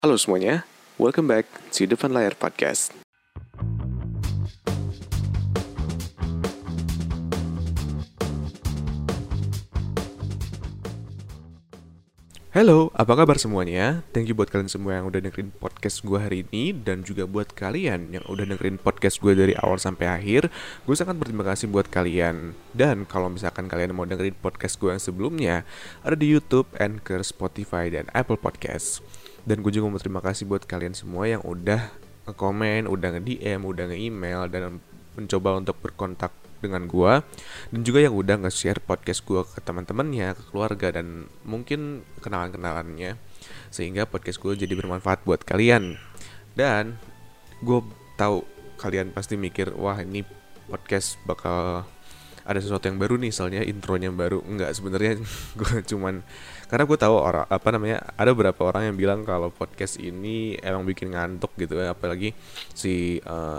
Halo semuanya, welcome back to Depan Layar Podcast. Halo, apa kabar semuanya? Thank you buat kalian semua yang udah dengerin podcast gue hari ini. Dan juga buat kalian yang udah dengerin podcast gue dari awal sampai akhir. Gue sangat berterima kasih buat kalian. Dan kalau misalkan kalian mau dengerin podcast gue yang sebelumnya, ada di YouTube, Anchor, Spotify, dan Apple Podcast. Dan gue juga mau terima kasih buat kalian semua yang udah nge-comment, udah nge-DM, udah nge-email, dan mencoba untuk berkontak dengan gue. Dan juga yang udah nge-share podcast gue ke teman-temannya, ke keluarga, dan mungkin kenalan-kenalannya, sehingga podcast gue jadi bermanfaat buat kalian. Dan gue tahu kalian pasti mikir, wah ini podcast bakal ada sesuatu yang baru nih, soalnya intronya baru. Enggak, sebenarnya gue cuman karena gue tahu ada beberapa orang yang bilang kalau podcast ini emang bikin ngantuk gitu ya, apalagi si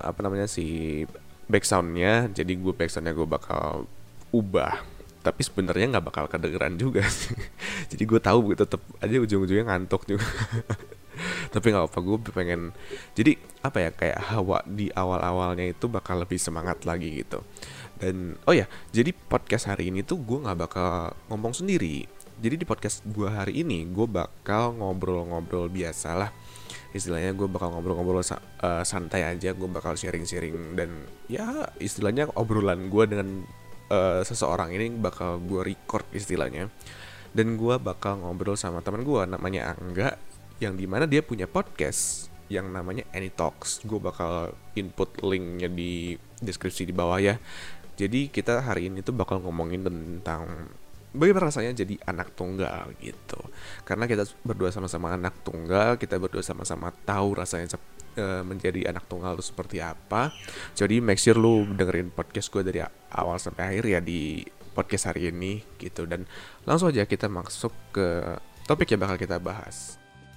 si backsoundnya. Jadi backsoundnya gue bakal ubah, tapi sebenarnya nggak bakal kedengeran juga sih. Jadi gue tahu gue tetap aja ujung-ujungnya ngantuk juga. Tapi nggak apa, gue pengen jadi kayak hawa di awal-awalnya itu bakal lebih semangat lagi gitu. Dan jadi podcast hari ini tuh gue nggak bakal ngomong sendiri. Jadi di podcast gue hari ini gue bakal ngobrol-ngobrol biasa lah. Istilahnya gue bakal ngobrol-ngobrol santai aja. Gue bakal sharing-sharing, dan ya istilahnya obrolan gue dengan seseorang ini bakal gue record istilahnya. Dan gue bakal ngobrol sama teman gue namanya Angga, yang dimana dia punya podcast yang namanya AnyTalks. Gue bakal input linknya di deskripsi di bawah ya. Jadi kita hari ini tuh bakal ngomongin tentang bagaimana rasanya jadi anak tunggal gitu. Karena kita berdua sama-sama anak tunggal, kita berdua sama-sama tahu rasanya menjadi anak tunggal itu seperti apa. Jadi make sure lu dengerin podcast gue dari awal sampai akhir ya di podcast hari ini gitu. Dan langsung aja kita masuk ke topik yang bakal kita bahas.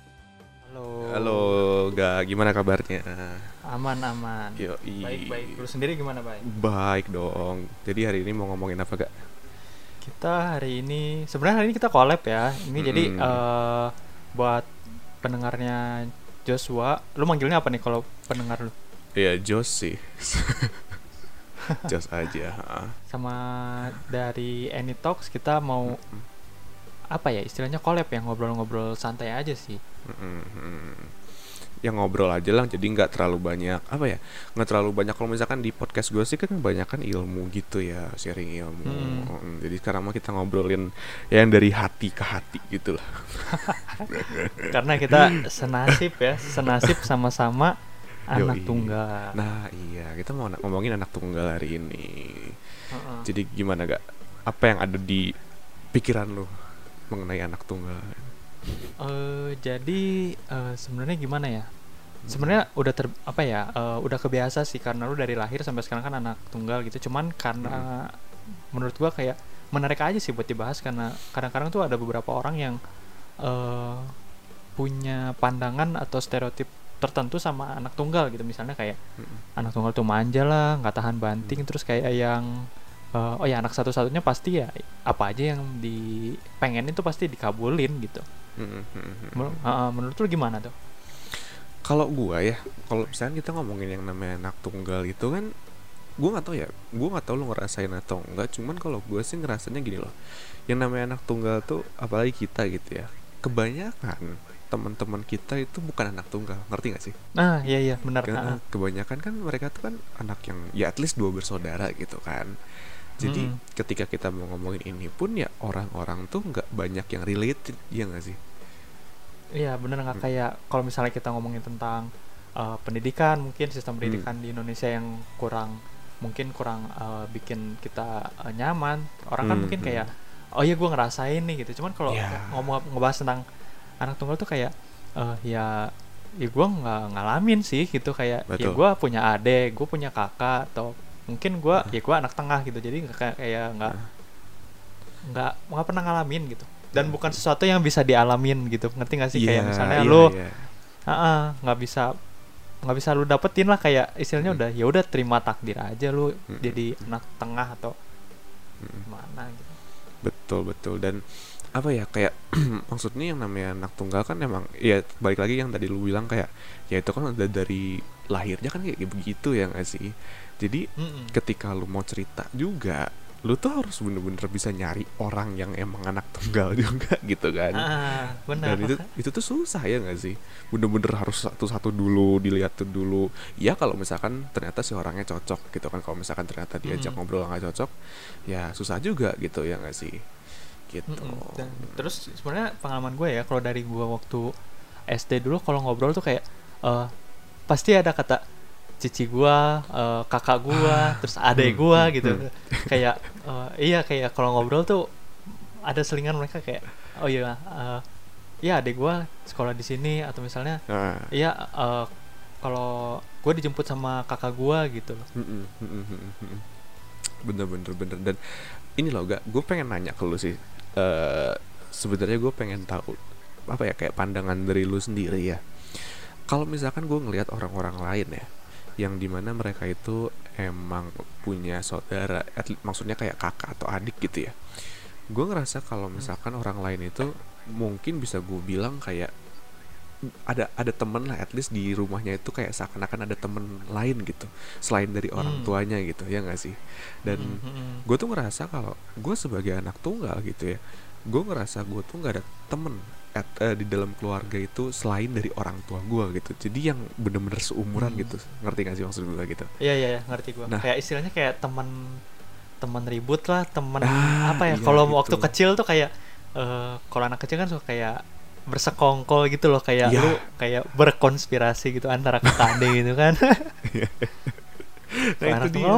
Halo, gimana kabarnya? Aman. Yoi. Baik. Lu sendiri gimana, Bay? Baik dong. Jadi hari ini mau ngomongin apa, Gak? Kita hari ini kita collab ya. Ini jadi buat pendengarnya Joshua, lu manggilnya apa nih kalau pendengar lu? Iya, Jos sih. Jos aja. Sama dari AnyTalks kita mau istilahnya collab ya, ngobrol-ngobrol santai aja sih. Yang ngobrol aja lah, jadi nggak terlalu banyak nggak terlalu banyak. Kalau misalkan di podcast gue sih kan kebanyakan ilmu gitu ya, sharing ilmu. Jadi sekarang mah kita ngobrolin yang dari hati ke hati gitu lah. Karena kita senasib sama-sama anak tunggal. Nah iya, kita mau ngomongin anak tunggal hari ini. Jadi gimana, Gak? Apa yang ada di pikiran lu mengenai anak tunggal? Jadi sebenarnya gimana ya? Sebenarnya udah kebiasa sih, karena lu dari lahir sampai sekarang kan anak tunggal gitu. Cuman karena menurut gua kayak menarik aja sih buat dibahas, karena kadang-kadang tuh ada beberapa orang yang punya pandangan atau stereotip tertentu sama anak tunggal gitu. Misalnya kayak anak tunggal tuh manja lah, nggak tahan banting, terus kayak yang anak satu-satunya pasti ya apa aja yang dipengenin tuh pasti dikabulin gitu. Menurut lu gimana tuh? Kalau misalnya kita ngomongin yang namanya anak tunggal itu kan, gue nggak tahu lu ngerasain atau enggak. Cuman kalau gue sih ngerasanya gini loh, yang namanya anak tunggal tuh, apalagi kita gitu ya, kebanyakan teman-teman kita itu bukan anak tunggal, ngerti gak sih? Iya benar. Kebanyakan kan mereka tuh kan anak yang ya at least 2 bersaudara gitu kan. Jadi ketika kita mau ngomongin ini pun ya orang-orang tuh nggak banyak yang related, ya nggak sih? Iya benar, nggak kayak kalau misalnya kita ngomongin tentang pendidikan, mungkin sistem pendidikan di Indonesia yang kurang bikin kita nyaman. Orang kan mungkin kayak gue ngerasain nih gitu. Cuman kalau ngebahas tentang anak tunggal tuh kayak ya gue nggak ngalamin sih gitu. Kayak Betul. Ya gue punya adik, gue punya kakak, atau mungkin gue anak tengah gitu. Jadi nggak pernah ngalamin gitu. Dan bukan sesuatu yang bisa dialamin gitu, ngerti nggak sih? Kayak misalnya lu nggak bisa lu dapetin lah, kayak istilahnya udah terima takdir aja lu jadi anak tengah atau mana gitu. Betul. Dan apa ya, kayak maksudnya yang namanya anak tunggal kan emang ya balik lagi yang tadi lu bilang kayak ya itu kan udah dari lahirnya kan kayak begitu ya nggak sih. Jadi Mm-mm. ketika lu mau cerita juga, lu tuh harus bener-bener bisa nyari orang yang emang anak tunggal juga gitu kan. Benar. Dan itu tuh susah ya nggak sih, bener-bener harus satu-satu dulu dilihat tuh dulu. Ya kalau misalkan ternyata si orangnya cocok gitu kan, kalau misalkan ternyata diajak Mm-mm. ngobrol nggak cocok, ya susah juga gitu ya nggak sih, gitu. Mm-mm. Dan terus sebenarnya pengalaman gue ya, kalau dari gue waktu SD dulu kalau ngobrol tuh kayak eh, pasti ada kata cici gua, kakak gua, terus adek gua gitu. Kayak iya, kayak kalau ngobrol tuh ada selingan mereka kayak oh iya, iya adek gua sekolah di sini, atau misalnya Nah, iya, kalau gua dijemput sama kakak gua gitu loh. bener-bener bener. Dan ini loh gak, gue pengen nanya ke lu sih. Sebenarnya gue pengen tahu apa ya, kayak pandangan dari lu sendiri ya. Kalau misalkan gue ngelihat orang-orang lain ya, yang dimana mereka itu emang punya saudara, maksudnya kayak kakak atau adik gitu ya. Gue ngerasa kalau misalkan orang lain itu mungkin bisa gue bilang kayak ada temen lah, at least di rumahnya itu kayak seakan-akan ada temen lain gitu selain dari orang Hmm. tuanya gitu ya nggak sih. Mm-mm, Dan mm-mm. gue tuh ngerasa kalau gue sebagai anak tunggal gitu ya, gue ngerasa gue tuh nggak ada temen di dalam keluarga itu selain dari orang tua gue gitu, jadi yang bener-bener seumuran Hmm. gitu, ngerti gak sih maksud gue gitu. Iya, iya, iya, ngerti gua. Nah, Kayak istilahnya kayak teman teman ribut lah, teman apa ya? iya Kalau itu, waktu kecil tuh kayak kalau anak kecil kan suka kayak bersekongkol gitu loh, kayak iya. lu kayak berkonspirasi gitu antara kakak adik gitu kan. Nah Kalau itu anak dia. tunggal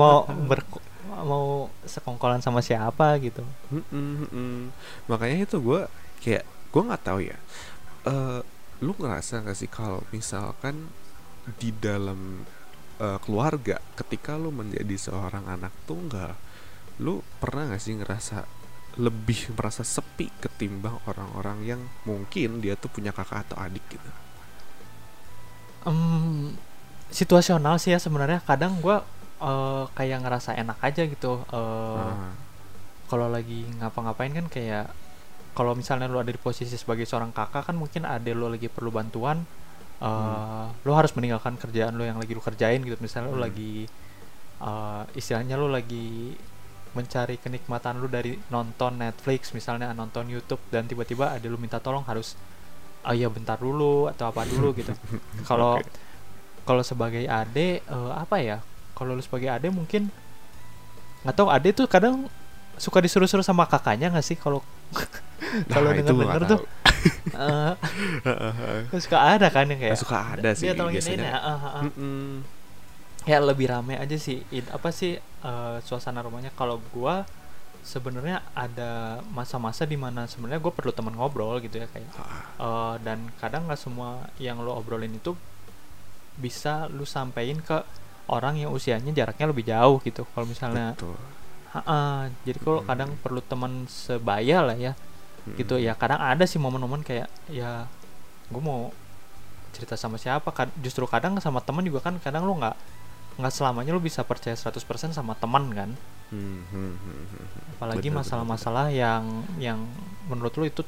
mau sekongkolan sama siapa gitu. Makanya itu gue kayak gue nggak tahu ya. Eh, lu ngerasa gak sih kalau misalkan di dalam keluarga, ketika lu menjadi seorang anak tunggal, lu pernah gak sih ngerasa lebih merasa sepi ketimbang orang-orang yang mungkin dia tuh punya kakak atau adik gitu. Em, Situasional sih ya sebenarnya. Kadang gua kayak ngerasa enak aja gitu. Ah, Kalau lagi ngapa-ngapain kan kayak kalau misalnya lu ada di posisi sebagai seorang kakak kan mungkin ada lu lagi perlu bantuan, hmm, lu harus meninggalkan kerjaan lu yang lagi lu kerjain gitu. Misalnya lu hmm, lagi istilahnya lu lagi mencari kenikmatan lu dari nonton Netflix misalnya, nonton YouTube, dan tiba-tiba ada lu minta tolong harus ya bentar dulu atau apa dulu gitu. Kalau oke. kalau sebagai ade apa ya? Kalau lu sebagai ade mungkin nggak tahu, ade tuh kadang suka disuruh-suruh sama kakaknya nggak sih? Kalau kalau Nah itu gue denger-denger nggak tuh tahu. eh, suka ada kan yang kayak Suka ada sih dia tolongin ini biasanya. ya, Mm-mm. ya lebih rame aja sih. Apa sih suasana rumahnya. Kalau gua sebenarnya ada masa-masa di mana sebenarnya gue perlu teman ngobrol gitu ya, kayak Ah, dan kadang nggak semua yang lo obrolin itu bisa lu sampein ke orang yang usianya jaraknya lebih jauh gitu. Kalau misalnya betul. jadi kalau kadang perlu teman sebaya lah ya gitu ya. Kadang ada sih momen-momen kayak ya gue mau cerita sama siapa. Justru kadang sama teman juga kan, kadang lu nggak selamanya lu bisa percaya 100% sama teman kan. Apalagi Bener bener bener. masalah-masalah yang menurut lu itu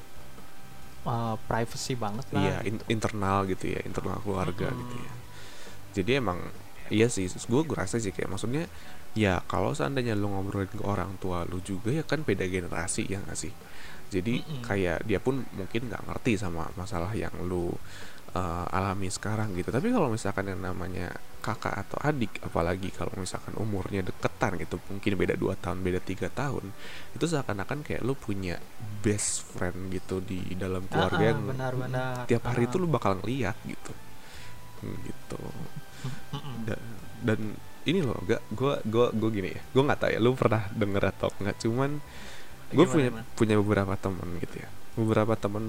privacy banget Iya, lah gitu. internal gitu ya, internal keluarga gitu Mm-mm. ya. Jadi emang iya sih, gue rasa sih kayak maksudnya ya kalau seandainya lu ngobrolin ke orang tua lu juga ya kan beda generasi ya nggak sih. Jadi Mm-mm. kayak dia pun mungkin nggak ngerti sama masalah yang lu alami sekarang gitu. Tapi kalau misalkan yang namanya kakak atau adik, apalagi kalau misalkan umurnya deketan gitu, mungkin beda 2 tahun, beda 3 tahun, itu seakan-akan kayak lu punya best friend gitu di dalam keluarga yang Benar-benar. tiap hari itu lu bakal ngeliat gitu. Gitu. Mm-mm. Dan ini loh, gak gue gini ya, gue nggak tahu ya lu pernah denger atau nggak, cuman gue Gimana, punya gimana? punya beberapa teman gitu ya, beberapa teman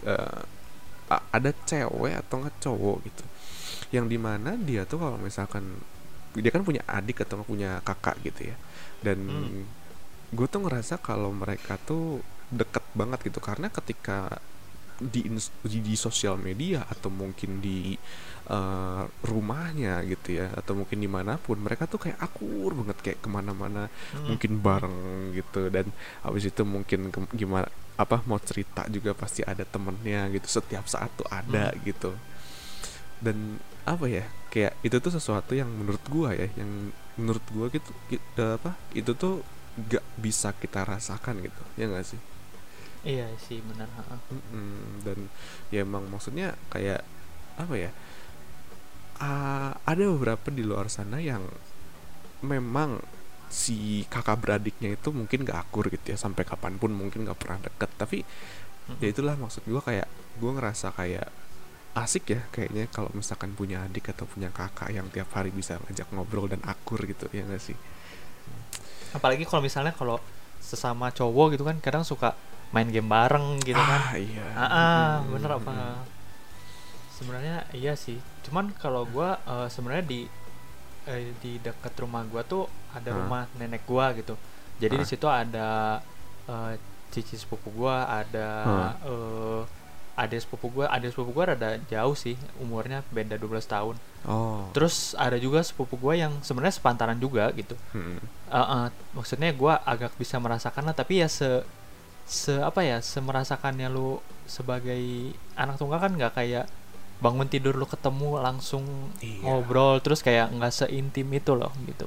ada cewek atau nggak cowok gitu, yang dimana dia tuh kalau misalkan dia kan punya adik atau nggak punya kakak gitu ya. Dan Hmm. gue tuh ngerasa kalau mereka tuh deket banget gitu, karena ketika di sosial media atau mungkin di rumahnya gitu ya, atau mungkin dimanapun mereka tuh kayak akur banget, kayak kemana-mana Mm-mm. mungkin bareng gitu. Dan habis itu mungkin gimana mau cerita juga pasti ada temennya gitu, setiap saat tuh ada gitu. Dan apa ya, kayak itu tuh sesuatu yang menurut gua ya, yang menurut gua gitu itu tuh gak bisa kita rasakan gitu, ya nggak sih? Iya sih benar. Dan ya emang maksudnya kayak apa ya, ada beberapa di luar sana yang memang si kakak beradiknya itu mungkin gak akur gitu ya, sampai kapanpun mungkin gak pernah deket, tapi ya itulah maksud gue, kayak gue ngerasa kayak asik ya kayaknya kalau misalkan punya adik atau punya kakak yang tiap hari bisa ngajak ngobrol dan akur gitu, ya gak sih? Apalagi kalau misalnya kalau sesama cowok gitu kan kadang suka main game bareng gitu kan. Iya. Bener apa? Sebenarnya iya sih. Cuman kalau gua sebenarnya di dekat rumah gua tuh ada rumah nenek gua gitu. Jadi di situ ada cici sepupu gua, ada adik sepupu gua rada jauh sih, umurnya beda 12 tahun. Terus ada juga sepupu gua yang sebenarnya sepantaran juga gitu. Maksudnya gua agak bisa merasakan lah, tapi ya apa ya, semerasakannya lu sebagai anak tunggal kan nggak kayak bangun tidur lu ketemu langsung ngobrol, terus kayak nggak seintim itu loh gitu.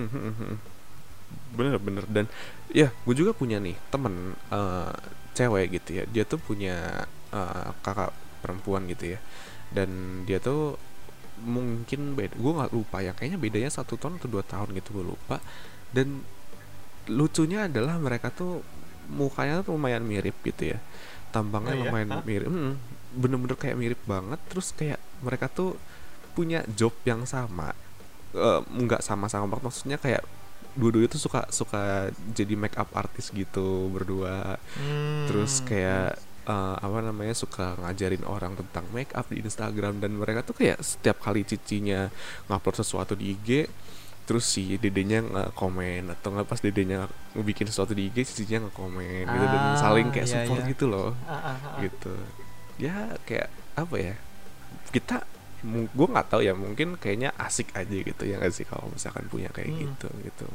Bener. Dan ya gue juga punya nih temen cewek gitu ya, dia tuh punya kakak perempuan gitu ya, dan dia tuh mungkin beda, gue nggak lupa ya, kayaknya bedanya 1 tahun atau 2 tahun gitu, gue lupa. Dan lucunya adalah mereka tuh mukanya tuh lumayan mirip gitu ya, tampangnya lumayan mirip, bener-bener kayak mirip banget. Terus kayak mereka tuh punya job yang sama, nggak sama-sama banget, maksudnya kayak dua-duanya tuh suka jadi make up artist gitu berdua. Terus kayak suka ngajarin orang tentang make up di Instagram, dan mereka tuh kayak setiap kali cicinya ngupload sesuatu di IG, terus si dedenya nge-komen, atau nggak pas dedenya ngebikin sesuatu di IG cicinya nge-komen gitu, dan saling kayak support gitu loh. Gitu ya, kayak apa ya, kita gue nggak tahu ya, mungkin kayaknya asik aja gitu ya nggak sih kalau misalkan punya kayak gitu.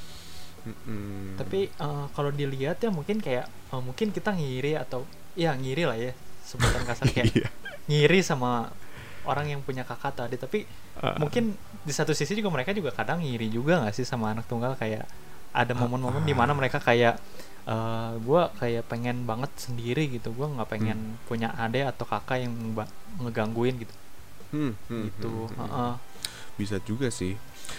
Tapi kalau dilihat ya mungkin kayak mungkin kita ngiri, atau ya ngiri lah ya sebutan kasar, kayak ngiri sama orang yang punya kakak tadi. Tapi mungkin di satu sisi juga mereka juga kadang ngiri juga nggak sih sama anak tunggal, kayak ada momen-momen di mana mereka kayak gue kayak pengen banget sendiri gitu, gue nggak pengen punya adik atau kakak yang ngegangguin gitu. Bisa juga sih.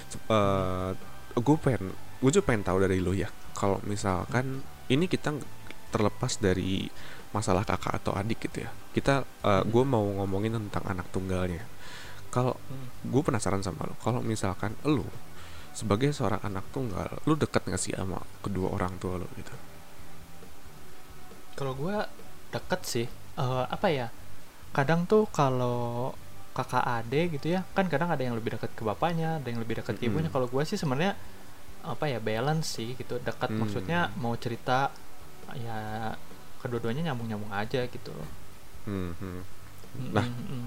Gue juga pengen tahu dari lo ya, kalau misalkan ini kita terlepas dari masalah kakak atau adik gitu ya, kita gue mau ngomongin tentang anak tunggalnya. Kalau gue penasaran sama lo, kalau misalkan lo sebagai seorang anak tunggal, lo dekat nggak sih sama kedua orang tua lo gitu? Kalau gue deket sih, apa ya, kadang tuh kalau kakak ade gitu ya kan, kadang ada yang lebih dekat ke bapaknya, ada yang lebih dekat ke ibunya. Kalau gue sih sebenarnya apa ya, balance sih gitu, dekat maksudnya mau cerita ya kedua-duanya nyambung aja gitu loh. Nah,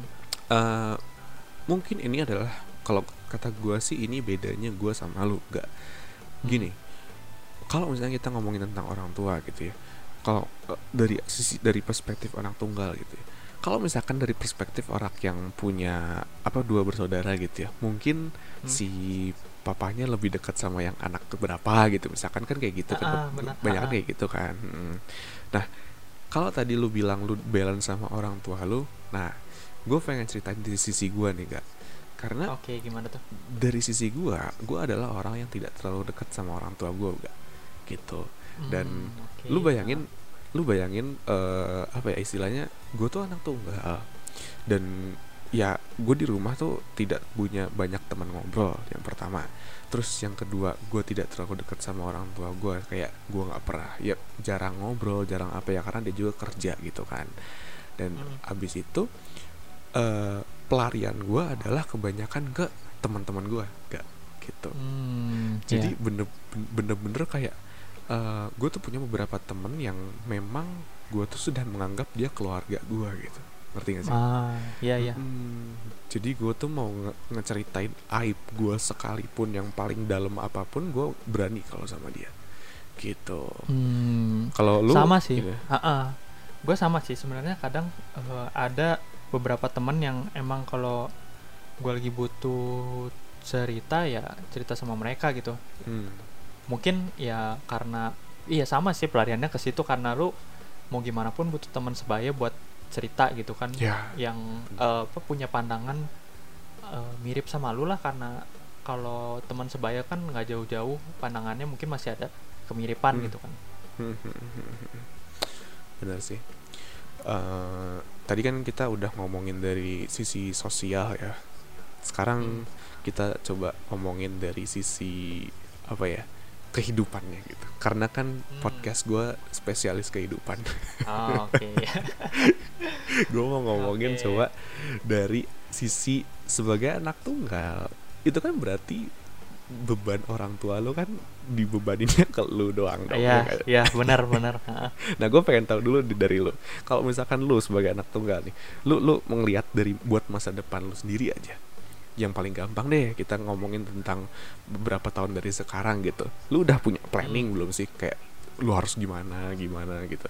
mungkin ini adalah, kalau kata gue sih ini bedanya gue sama lu, gak gini. Kalau misalnya kita ngomongin tentang orang tua gitu ya, kalau dari perspektif anak tunggal gitu ya, kalau misalkan dari perspektif orang yang punya dua bersaudara gitu ya, mungkin si papanya lebih dekat sama yang anak keberapa gitu, misalkan kan kayak gitu kan, banyak kan kayak gitu kan. Nah, kalau tadi lu bilang lu balance sama orang tua lu, nah gue pengen ceritain dari sisi gue nih, gak? Karena gimana tuh? dari sisi gue adalah orang yang tidak terlalu dekat sama orang tua gue, gak gitu. Dan lu bayangin apa ya istilahnya, gue tuh anak tunggal, dan ya gue di rumah tuh tidak punya banyak teman ngobrol, yang pertama. Terus yang kedua, gue tidak terlalu dekat sama orang tua gue, kayak gue nggak pernah, ya jarang ngobrol, jarang apa ya, karena dia juga kerja gitu kan. Dan abis itu pelarian gue adalah kebanyakan ke teman-teman gue, gak gitu. Jadi bener-bener kayak gue tuh punya beberapa temen yang memang gue tuh sudah menganggap dia keluarga gue gitu, ngerti gak sih? Iya. Jadi gue tuh mau ngeceritain aib gue sekalipun yang paling dalam apapun, gue berani kalau sama dia gitu. Hmm, Kalau lu sama sih. gitu. Gue sama sih sebenarnya kadang ada beberapa teman yang emang kalau gue lagi butuh cerita ya cerita sama mereka gitu. Hmm. Mungkin ya karena iya sama sih pelariannya ke situ karena lu mau gimana pun butuh teman sebaya buat cerita gitu kan, Ya. yang punya pandangan mirip sama lu lah, karena kalau teman sebaya kan nggak jauh-jauh pandangannya, mungkin masih ada kemiripan gitu kan. Benar sih. Tadi kan kita udah ngomongin dari sisi sosial ya. Sekarang kita coba ngomongin dari sisi apa ya, kehidupannya gitu. Karena kan podcast gue spesialis kehidupan. Oke. Gue mau ngomongin Oke. coba dari sisi sebagai anak tunggal. Itu kan berarti beban orang tua lo kan dibebaninnya ke lu doang dong. Iya, kan? ya benar. Nah, gue pengen tahu dulu dari lo. Kalau misalkan lu sebagai anak tunggal nih, lu melihat dari buat masa depan lu sendiri aja. Yang paling gampang deh kita ngomongin tentang beberapa tahun dari sekarang gitu. Lu udah punya planning belum sih, kayak lu harus gimana gitu?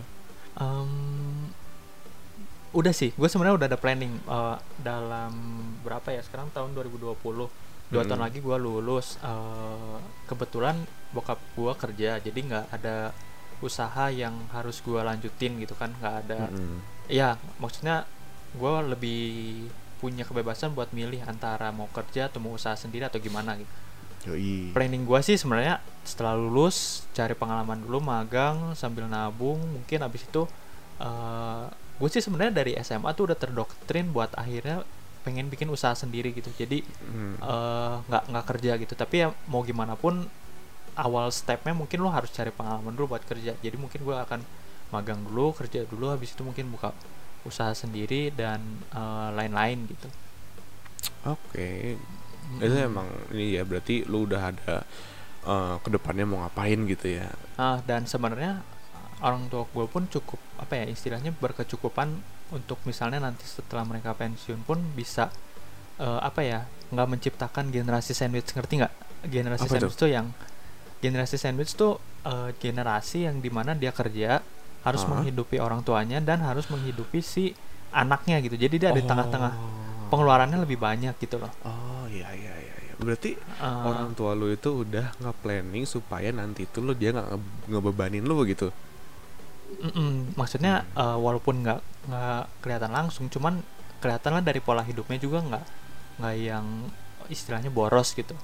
Udah sih, gue sebenarnya udah ada planning dalam berapa ya, sekarang tahun 2020, 2 tahun lagi gue lulus. Kebetulan bokap gue kerja, jadi nggak ada usaha yang harus gue lanjutin gitu kan, nggak ada. Ya maksudnya gue lebih punya kebebasan buat milih antara mau kerja atau mau usaha sendiri atau gimana gitu. Yoi. Planning gue sih sebenarnya setelah lulus cari pengalaman dulu, magang sambil nabung, mungkin abis itu gue sih sebenarnya dari SMA tuh udah terdoktrin buat akhirnya pengen bikin usaha sendiri gitu. Jadi nggak kerja gitu, tapi ya mau gimana pun awal stepnya mungkin lo harus cari pengalaman dulu buat kerja. Jadi mungkin gue akan magang dulu, kerja dulu, habis itu mungkin buka usaha sendiri dan lain-lain gitu. Oke. Itu emang ini ya, berarti lu udah ada kedepannya mau ngapain gitu ya. Dan sebenarnya orang tua gue pun cukup apa ya istilahnya berkecukupan untuk misalnya nanti setelah mereka pensiun pun bisa apa ya, nggak menciptakan generasi sandwich. Ngerti nggak generasi Apa sandwich tuh? Yang generasi sandwich tuh generasi yang dimana dia kerja harus menghidupi orang tuanya dan harus menghidupi si anaknya gitu. Jadi dia ada di tengah-tengah, pengeluarannya lebih banyak gitu loh. Oh iya. Berarti orang tua lu itu udah nge-planning supaya nanti itu lu dia nggak ngebebanin lu gitu. Maksudnya walaupun nggak kelihatan langsung, cuman kelihatan lah dari pola hidupnya juga nggak yang istilahnya boros gitu.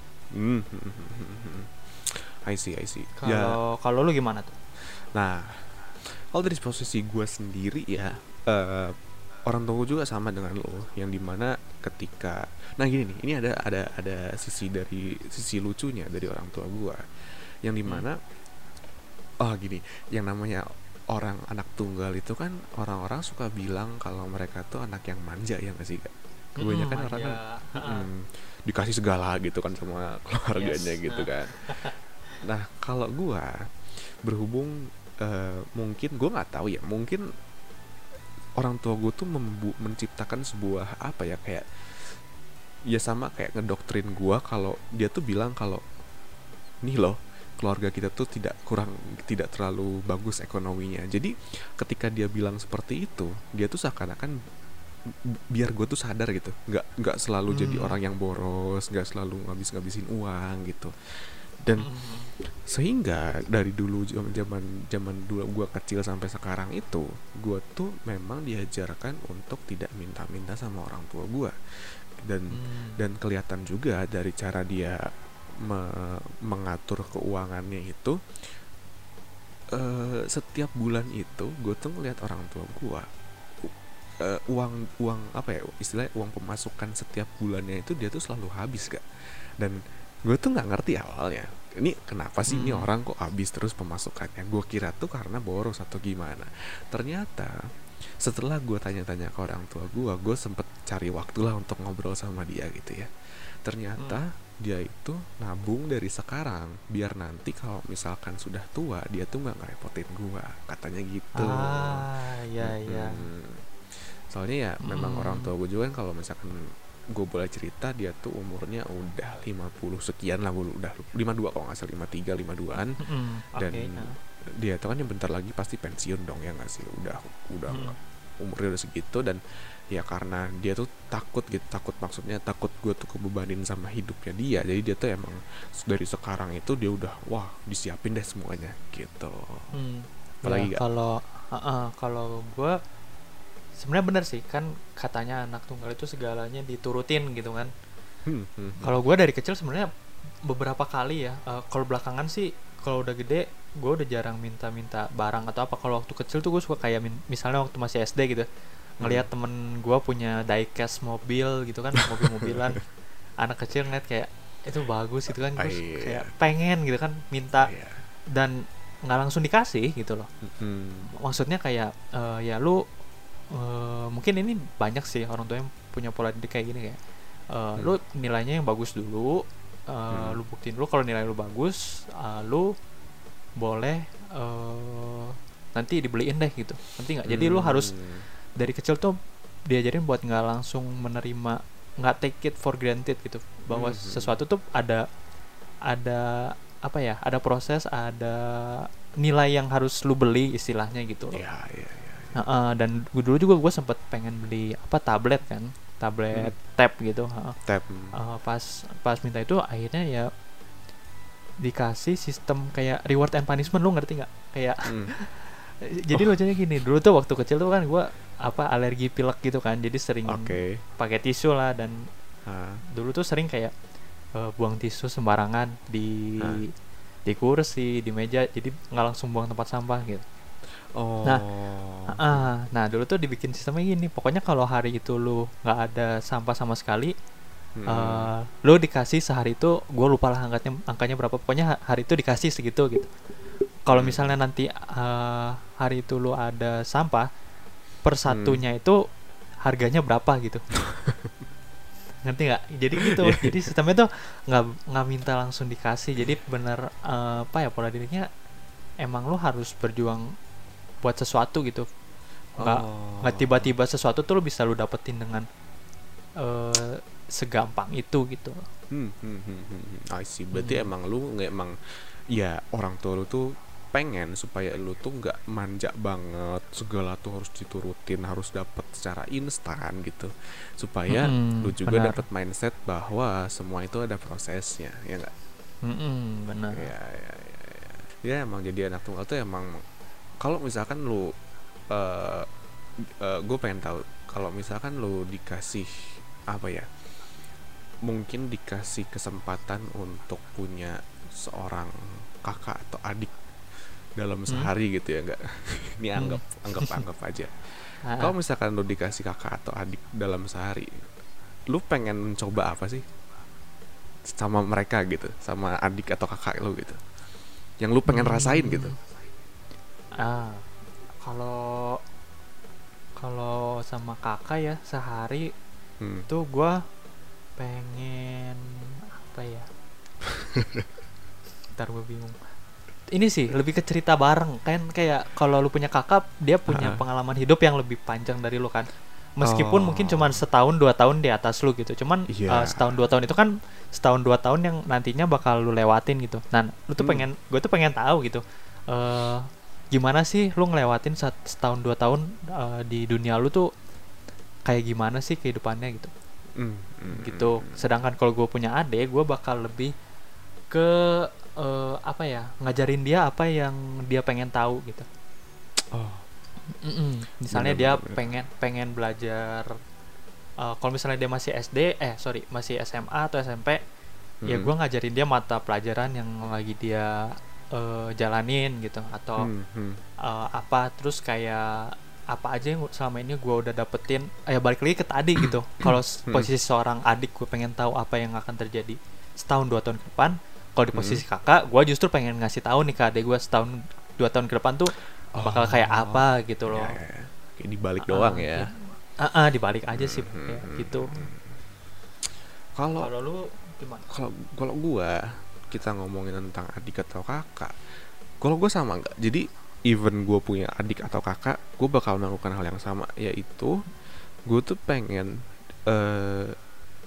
I see. Kalau lu gimana tuh? Nah, kalau dari posisi gue sendiri ya, orang tua gue juga sama dengan lo, yang dimana ketika, nah gini nih, ini ada sisi lucunya dari orang tua gue, yang dimana, gini, yang namanya orang anak tunggal itu kan orang-orang suka bilang kalau mereka tuh anak yang manja, ya nggak sih kak? Kebanyakan orang kan dikasih segala gitu kan sama keluarganya gitu kan. Nah kalau gue berhubung mungkin gue nggak tahu ya, mungkin orang tua gue tuh menciptakan sebuah apa ya, kayak ya sama kayak ngedoktrin gue, kalau dia tuh bilang kalau nih loh, keluarga kita tuh tidak terlalu bagus ekonominya. Jadi ketika dia bilang seperti itu, dia tuh seakan-akan biar gue tuh sadar gitu, nggak selalu jadi orang yang boros, nggak selalu ngabisin uang gitu. Dan sehingga dari dulu zaman dulu gue kecil sampai sekarang itu, gue tuh memang diajarkan untuk tidak minta-minta sama orang tua gue. Dan kelihatan juga dari cara dia mengatur keuangannya itu, setiap bulan itu gue tuh ngeliat orang tua gue uang apa ya istilahnya, uang pemasukan setiap bulannya itu dia tuh selalu habis kak. Dan gue tuh nggak ngerti awalnya, ini kenapa sih ini orang kok habis terus pemasukannya. Gue kira tuh karena boros atau gimana. Ternyata setelah gue tanya-tanya ke orang tua gue sempet cari waktu lah untuk ngobrol sama dia gitu ya. Ternyata dia itu nabung dari sekarang biar nanti kalau misalkan sudah tua dia tuh nggak ngerepotin gue, katanya gitu. Iya. Soalnya ya memang orang tua gue juga kan kalau misalkan gue boleh cerita, dia tuh umurnya udah 50 sekian lah, udah 52 kalau nggak salah, 53 52-an. Dan Oke. dia tuh kan yang bentar lagi pasti pensiun dong, ya nggak sih, udah umurnya udah segitu. Dan ya karena dia tuh takut gitu, maksudnya takut gue tuh kebebanin sama hidupnya dia, jadi dia tuh emang dari sekarang itu dia udah wah disiapin deh semuanya gitu. Apalagi Ya gak? kalau gue sebenarnya bener sih, kan katanya anak tunggal itu segalanya diturutin gitu kan. Kalau gue dari kecil sebenarnya beberapa kali ya, kalau belakangan sih, kalau udah gede gue udah jarang minta-minta barang atau apa. Kalau waktu kecil tuh gue suka kayak misalnya waktu masih SD gitu, ngelihat temen gue punya diecast mobil gitu kan, mobil-mobilan. Anak kecil ngeliat kayak itu bagus gitu kan, gue kayak pengen gitu kan, minta. Dan nggak langsung dikasih gitu loh. Maksudnya kayak ya lu mungkin ini banyak sih orang tua yang punya pola didik kayak gini, kayak lu nilainya yang bagus dulu, lu buktiin dulu kalau nilai lu bagus, lu boleh nanti dibeliin deh gitu, nanti nggak. Jadi lu harus dari kecil tuh diajarin buat nggak langsung menerima, nggak take it for granted gitu, bahwa sesuatu tuh ada apa ya, ada proses, ada nilai yang harus lu beli istilahnya gitu loh. Dan dulu juga gue sempet pengen beli apa, tablet kan, tablet tab gitu. Tab. Pas minta itu akhirnya ya dikasih sistem kayak reward and punishment, lu ngerti nggak? Kayak jadi lucunya gini, dulu tuh waktu kecil tuh kan gue apa, alergi pilek gitu kan, jadi sering pakai tisu lah. Dan dulu tuh sering kayak buang tisu sembarangan di kursi, di meja, jadi nggak langsung buang tempat sampah gitu. Nah dulu tuh dibikin sistemnya gini, pokoknya kalau hari itu lu nggak ada sampah sama sekali, lu dikasih sehari itu, gue lupa lah angkanya berapa, pokoknya hari itu dikasih segitu gitu. Kalau misalnya nanti hari itu lu ada sampah, per satunya itu harganya berapa gitu. Ngerti nggak? Jadi gitu. Jadi sistemnya tuh nggak minta langsung dikasih. Jadi bener apa ya, pola didiknya emang lu harus berjuang buat sesuatu gitu. Nggak tiba-tiba sesuatu tuh lu bisa lu dapetin dengan segampang itu gitu. I see. Berarti emang lu emang ya orang tua lu tuh pengen supaya lu tuh nggak manja banget, segala tuh harus diturutin, harus dapat secara instan gitu, supaya lu juga dapat mindset bahwa semua itu ada prosesnya, ya nggak? Benar. Ya emang jadi anak tunggal tuh emang, kalau misalkan lu gue pengen tahu, kalau misalkan lu dikasih apa ya, mungkin dikasih kesempatan untuk punya seorang kakak atau adik dalam sehari gitu ya, enggak? Ini anggap aja. Kalau misalkan lu dikasih kakak atau adik dalam sehari, lu pengen coba apa sih sama mereka gitu, sama adik atau kakak lu gitu, yang lu pengen rasain gitu? Kalau sama kakak ya sehari tuh gue pengen apa ya? Ntar gue bingung. Ini sih lebih ke cerita bareng kan, kayak kalau lu punya kakak, dia punya pengalaman hidup yang lebih panjang dari lu kan, meskipun mungkin cuma setahun 2 tahun di atas lu gitu, cuman setahun 2 tahun itu kan setahun 2 tahun yang nantinya bakal lu lewatin gitu. Nah lu tuh gue tuh pengen tahu gitu, gimana sih lu ngelewatin setahun 2 tahun di dunia lu tuh, kayak gimana sih kehidupannya gitu. Gitu. Sedangkan kalau gue punya adik, gue bakal lebih ke apa ya, ngajarin dia apa yang dia pengen tahu gitu. Misalnya dia pengen belajar, kalau misalnya dia masih masih SMA atau SMP, ya gue ngajarin dia mata pelajaran yang lagi dia jalanin gitu, atau apa, terus kayak apa aja yang selama ini gue udah dapetin. Balik lagi ke tadi gitu, kalau posisi seorang adik, gue pengen tahu apa yang akan terjadi setahun 2 tahun ke depan. Kalau di posisi kakak, gue justru pengen ngasih tahu nih ke adik gue, setahun 2 tahun ke depan tuh bakal kayak apa gitu loh. Kayak dibalik doang ya. Dibalik aja sih kayak gitu. Kalau lu gimana? Kalau gue, kita ngomongin tentang adik atau kakak, kalau gue sama nggak. Jadi even gue punya adik atau kakak, gue bakal melakukan hal yang sama, yaitu gue tuh pengen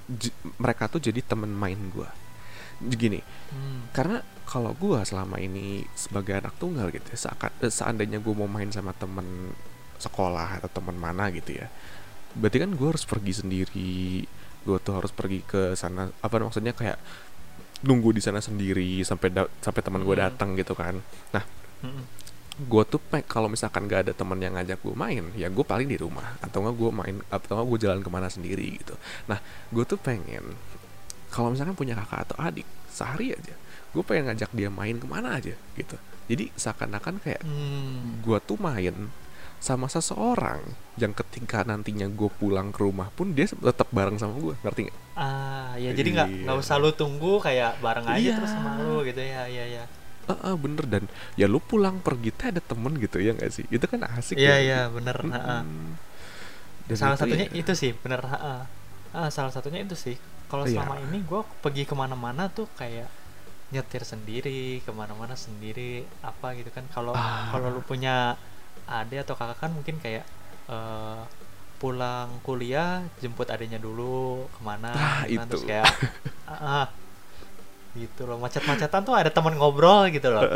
mereka tuh jadi temen main gue. Gini, karena kalau gue selama ini sebagai anak tunggal gitu ya, seandainya gue mau main sama temen sekolah atau temen mana gitu ya, berarti kan gue harus pergi sendiri. Gue tuh harus pergi ke sana, apa maksudnya kayak nunggu di sana sendiri sampai teman gue datang gitu kan. Nah, gue tuh kalau misalkan gak ada teman yang ngajak gue main, ya gue paling di rumah atau nggak gue main atau nggak gue jalan kemana sendiri gitu. Nah, gue tuh pengen kalau misalkan punya kakak atau adik sehari aja, gue pengen ngajak dia main kemana aja gitu. Jadi seakan-akan kayak gue tuh main sama seseorang yang ketika nantinya gue pulang ke rumah pun dia tetap bareng sama gue, ngerti nggak? Ya jadi nggak usah lu tunggu, kayak bareng aja terus sama lu gitu ya. Bener, dan ya lu pulang pergi teh ada temen gitu ya nggak sih? Itu kan asik. Iya bener. Salah itu satunya ya. itu sih bener. Salah satunya itu sih. Kalau selama ini gue pergi kemana-mana tuh kayak nyetir sendiri, kemana-mana sendiri apa gitu kan. Kalau lu punya adik atau kakak kan mungkin kayak pulang kuliah jemput adiknya dulu kemana gitu kan. Terus kayak gitu loh, macet-macetan tuh ada teman ngobrol gitu loh.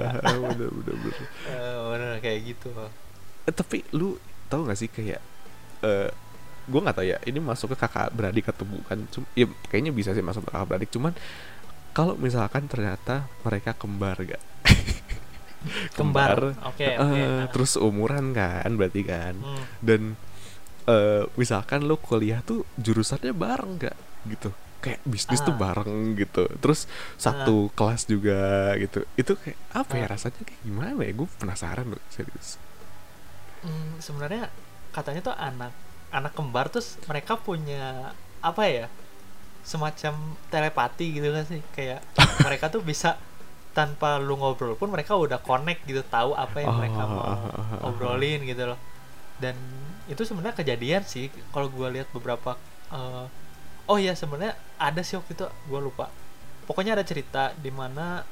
Bener kayak gitu loh. Tapi lu tahu nggak sih kayak gue nggak tahu ya ini masuk ke kakak beradik atau bukan, ya kayaknya bisa sih masuk ke kakak beradik, cuman kalau misalkan ternyata mereka kembar gak? Kembar. Okay. Terus umuran kan berarti kan. Dan misalkan lu kuliah tuh jurusannya bareng gak gitu, kayak bisnis tuh bareng gitu, terus satu kelas juga gitu. Itu kayak apa ya rasanya, kayak gimana ya? Gue penasaran loh, serius. Sebenarnya katanya tuh anak kembar terus mereka punya apa ya, semacam telepati gitu kan sih, kayak mereka tuh bisa tanpa lu ngobrol pun mereka udah connect gitu, tahu apa yang mereka mau obrolin gitu loh. Dan itu sebenarnya kejadian sih kalau gue lihat beberapa sebenarnya ada sih waktu itu, gue lupa, pokoknya ada cerita di mana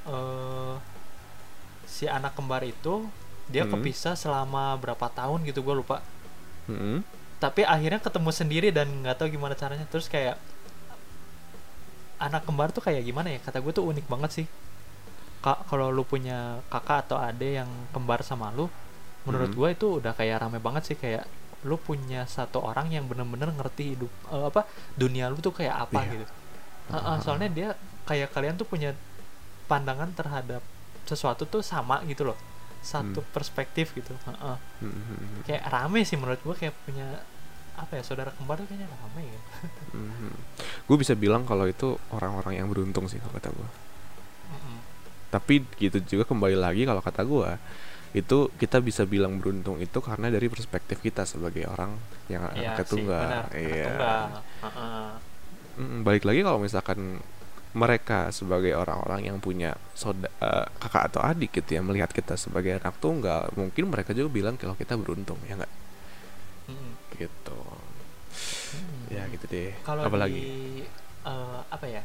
si anak kembar itu dia kepisah selama berapa tahun gitu, gue lupa. Tapi akhirnya ketemu sendiri dan nggak tahu gimana caranya. Terus kayak anak kembar tuh kayak gimana ya, kata gue tuh unik banget sih. Kalau lu punya kakak atau ade yang kembar sama lu, menurut gue itu udah kayak rame banget sih, kayak lu punya satu orang yang bener-bener ngerti hidup dunia lu tuh kayak apa gitu. Soalnya dia kayak kalian tuh punya pandangan terhadap sesuatu tuh sama gitu loh, satu perspektif gitu. Kayak rame sih menurut gue, kayak punya apa ya, saudara kembar tuh kayaknya rame ya. Gue bisa bilang kalau itu orang-orang yang beruntung sih kalau kata gue. Tapi gitu juga kembali lagi, kalau kata gue itu kita bisa bilang beruntung itu karena dari perspektif kita sebagai orang yang anak tunggal. Balik lagi kalau misalkan mereka sebagai orang-orang yang punya kakak atau adik gitu ya, melihat kita sebagai anak tunggal, mungkin mereka juga bilang kalau kita beruntung, ya nggak? Gitu. Ya gitu deh. Kalau apalagi apa ya,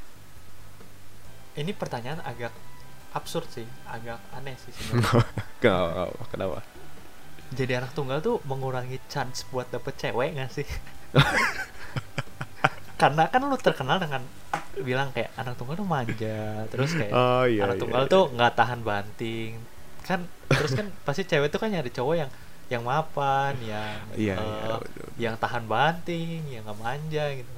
ini pertanyaan agak absurd sih, agak aneh sih sebenarnya. Kenapa? Jadi anak tunggal tuh mengurangi chance buat dapet cewek nggak sih? Karena kan lu terkenal dengan bilang kayak anak tunggal tuh manja, terus kayak anak tunggal tuh nggak tahan banting kan. Terus kan pasti cewek tuh kan nyari cowok yang mapan, yang tahan banting, yang nggak manja gitu.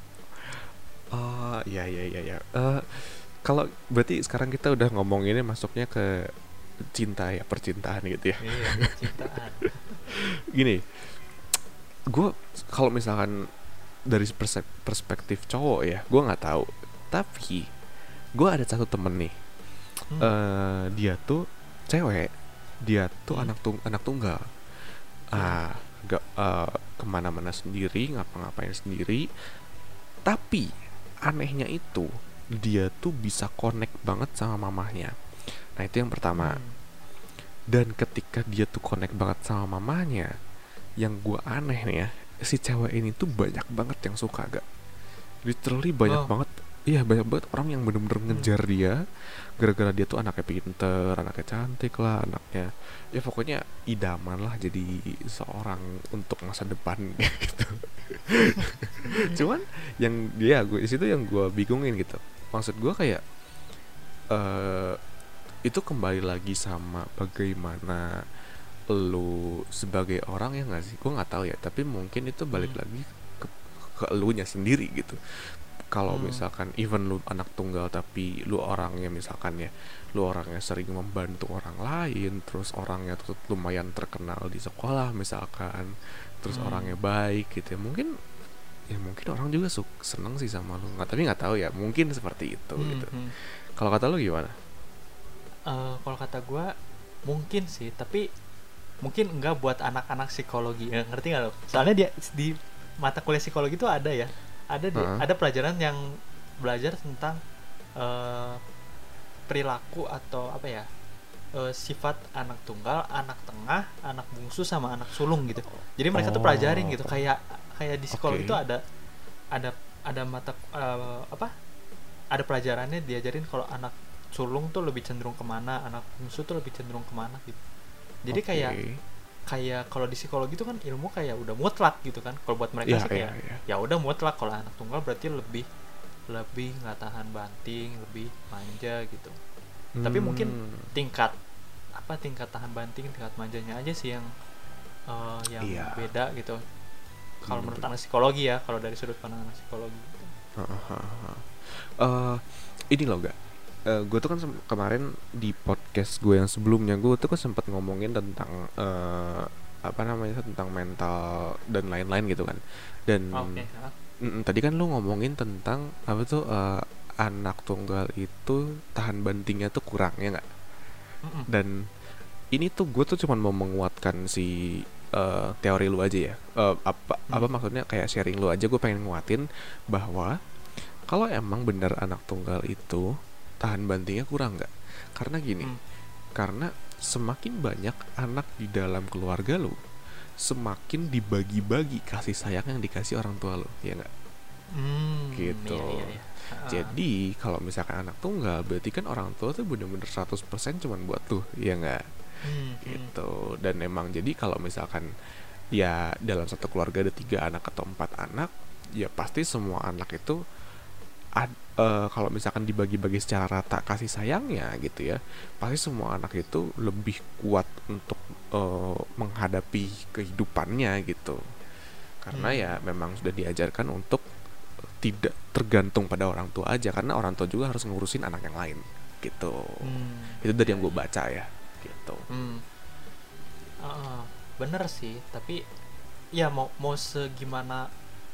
Iya. Kalau berarti sekarang kita udah ngomonginnya masuknya ke cinta ya, percintaan gitu ya. Iya, percintaan. Gini, gue kalau misalkan dari perspektif cowok ya, gue nggak tahu. Tapi gue ada satu temen nih, dia tuh cewek, dia tuh anak tunggal. Gak kemana-mana sendiri, ngapa-ngapain sendiri. Tapi anehnya itu dia tuh bisa connect banget sama mamahnya. Nah itu yang pertama. Dan ketika dia tuh connect banget sama mamahnya, yang gue aneh nih ya, si cewek ini tuh banyak banget yang suka, gak? Literally banyak banget iya banyak banget orang yang bener-bener Hmm. ngejar dia gara-gara dia tuh anaknya pinter, anaknya cantik lah, anaknya ya pokoknya idaman lah jadi seorang untuk masa depan gitu. Cuman yang dia gue di situ yang gue bingungin gitu. Maksud gue kayak eh itu kembali lagi sama bagaimana lu sebagai orang ya nggak sih? Gue nggak tahu ya, tapi mungkin itu balik Hmm. lagi ke ke elunya sendiri gitu. Kalau Hmm. misalkan even lu anak tunggal tapi lu orangnya misalkan ya, lu orangnya sering membantu orang lain, terus orangnya tuh lumayan terkenal di sekolah misalkan, terus Hmm. orangnya baik gitu ya, mungkin orang juga seneng sih sama lu, nggak, tapi nggak tahu ya, mungkin seperti itu Hmm. gitu. Hmm. Kalau kata lu gimana? Kalau kata gue mungkin sih, tapi mungkin enggak buat anak-anak psikologi ya, ngerti nggak lo? Soalnya dia di mata kuliah psikologi itu ada ya, Heeh. ada pelajaran yang belajar tentang eh, perilaku atau apa ya, sifat anak tunggal, anak tengah, anak bungsu sama anak sulung gitu. Jadi mereka tuh pelajarin Oh, gitu, kayak kayak di psikologi itu oke. ada ada mata apa, ada pelajarannya diajarin kalau anak sulung tuh lebih cenderung kemana, anak bungsu tuh lebih cenderung kemana gitu. Jadi kayak Oke. kayak kalau di psikologi itu kan ilmu kayak udah mutlak gitu kan. Kalau buat mereka Iya, sih iya, kayak iya. ya udah mutlak, kalau anak tunggal berarti lebih lebih nggak tahan banting, lebih manja gitu. Tapi mungkin Hmm. tingkat apa, tingkat tahan banting, tingkat manjanya aja sih yang Iya, beda gitu. Kalau menurut bener-bener. anak psikologi ya, kalau dari sudut pandang anak psikologi. eh ini loh gak, gue tuh kan kemarin di podcast gue yang sebelumnya gue tuh kan sempat ngomongin tentang apa namanya tentang mental dan lain-lain gitu kan. Dan Oke. tadi kan lu ngomongin tentang apa tuh, anak tunggal itu tahan bantingnya tuh kurang ya nggak. Mm-mm. Dan ini tuh gue tuh cuman mau menguatkan si teori lu aja ya. Apa apa Hmm. maksudnya kayak sharing lu aja, gue pengen nguatin bahwa kalau emang benar anak tunggal itu tahan bantingnya kurang nggak? Karena gini, Hmm. karena semakin banyak anak di dalam keluarga lu, semakin dibagi-bagi kasih sayang yang dikasih orang tua lu, ya nggak? Iya Gitu. iya iya. Heeh. Jadi kalau misalkan anak tunggal, berarti kan orang tua tuh bener-bener 100% cuman buat lu, ya nggak? Hmm. Hmm. Gitu. Dan emang jadi kalau misalkan ya dalam satu keluarga ada 3 anak atau 4 anak, ya pasti semua anak itu kalau misalkan dibagi-bagi secara rata kasih sayangnya gitu ya, pasti semua anak itu lebih kuat untuk menghadapi kehidupannya gitu, karena ya Hmm. memang sudah diajarkan untuk tidak tergantung pada orang tua aja, karena orang tua juga harus ngurusin anak yang lain gitu. Itu dari Iya yang gue iya. baca ya gitu. Hmm. Heeh. Bener sih, tapi ya mau mau segimana,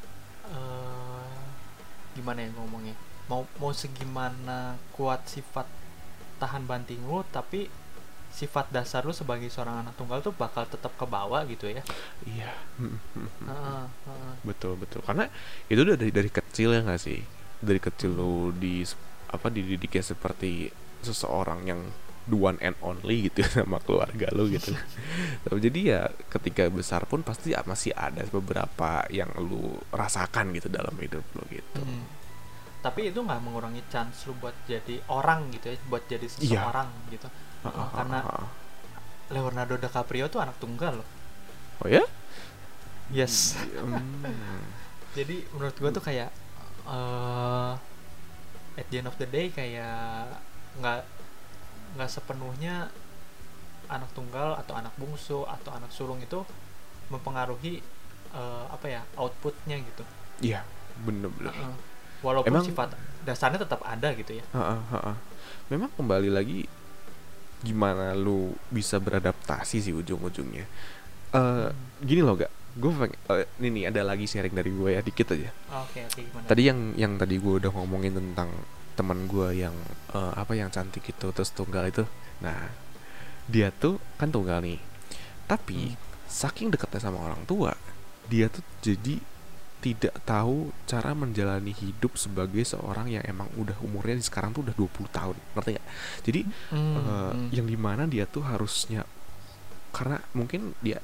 eh gimana ya ngomongnya, mau segimana kuat sifat tahan banting lu, tapi sifat dasar lu sebagai seorang anak tunggal tuh bakal tetap ke bawah gitu ya. Iya. Heeh, heeh. Betul betul, karena itu udah dari kecil ya nggak sih, dari kecil Mm-mm. lo apa dididiknya seperti seseorang yang the one and only gitu ya sama keluarga lo gitu. Tapi jadi ya ketika besar pun pasti ya masih ada beberapa yang lu rasakan gitu dalam hidup lo gitu. Mm. Tapi itu nggak mengurangi chance lu buat jadi orang gitu ya, buat jadi Iya. seseorang gitu. Heeh, karena Leonardo DiCaprio tuh anak tunggal loh. Oh ya. Yes. Hmm. Jadi menurut gua tuh kayak, eh at the end of the day kayak nggak nggak sepenuhnya anak tunggal atau anak bungsu atau anak sulung itu mempengaruhi apa ya, outputnya gitu. Iya, bener-bener. Heeh. Walaupun Emang sifat dasarnya tetap ada gitu ya. memang kembali lagi gimana lu bisa beradaptasi sih ujung-ujungnya. eh Hmm. Gini loh gak, gue pengen ini nih ada lagi sharing dari gue ya dikit aja. Oke oke, gimana Tadi tuh? yang tadi gue udah ngomongin tentang teman gue yang apa yang cantik itu terus tunggal itu. Nah, dia tuh kan tunggal nih, Hmm. tapi saking dekatnya sama orang tua, dia tuh jadi tidak tahu cara menjalani hidup sebagai seorang yang emang udah umurnya di sekarang tuh udah 20 tahun, ngerti gak? Jadi Hmm. Hmm. yang dimana dia tuh harusnya, karena mungkin dia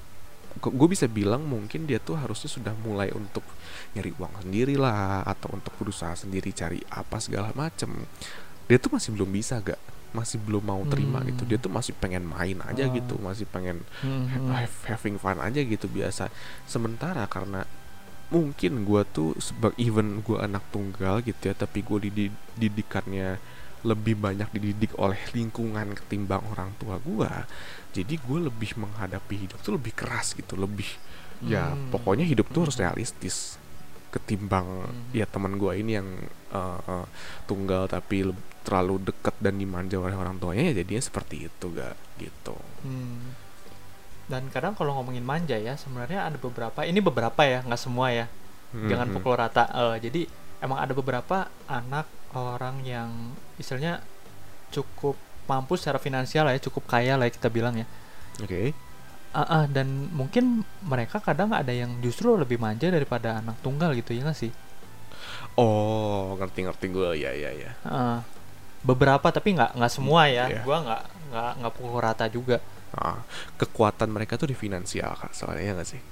gue bisa bilang mungkin dia tuh harusnya sudah mulai untuk nyari uang sendiri lah, atau untuk berusaha sendiri cari apa segala macem. Dia tuh masih belum bisa, gak, masih belum mau terima gitu. Dia tuh masih pengen main aja gitu, masih pengen having fun aja gitu biasa. Sementara karena mungkin gue tuh even gue anak tunggal gitu ya, tapi gue didikannya lebih banyak dididik oleh lingkungan ketimbang orang tua gue. Jadi gue lebih menghadapi hidup tuh lebih keras gitu, lebih ya pokoknya hidup tuh harus realistis ketimbang ya teman gue ini yang tunggal tapi terlalu dekat dan dimanja oleh orang tuanya, ya jadinya seperti itu gak gitu. Dan kadang kalau ngomongin manja ya, sebenarnya ada beberapa, ini beberapa ya, nggak semua ya, jangan pukul rata. Jadi emang ada beberapa anak orang yang istilahnya cukup mampu secara finansial lah ya, cukup kaya lah ya kita bilang ya. Oke. Dan mungkin mereka kadang ada yang justru lebih manja daripada anak tunggal gitu ya nggak sih? Oh, ngerti gue, ya. Beberapa, tapi nggak semua ya. Yeah. Gua nggak pukul rata juga. Kekuatan mereka tuh di finansial Kak, soalnya nggak sih?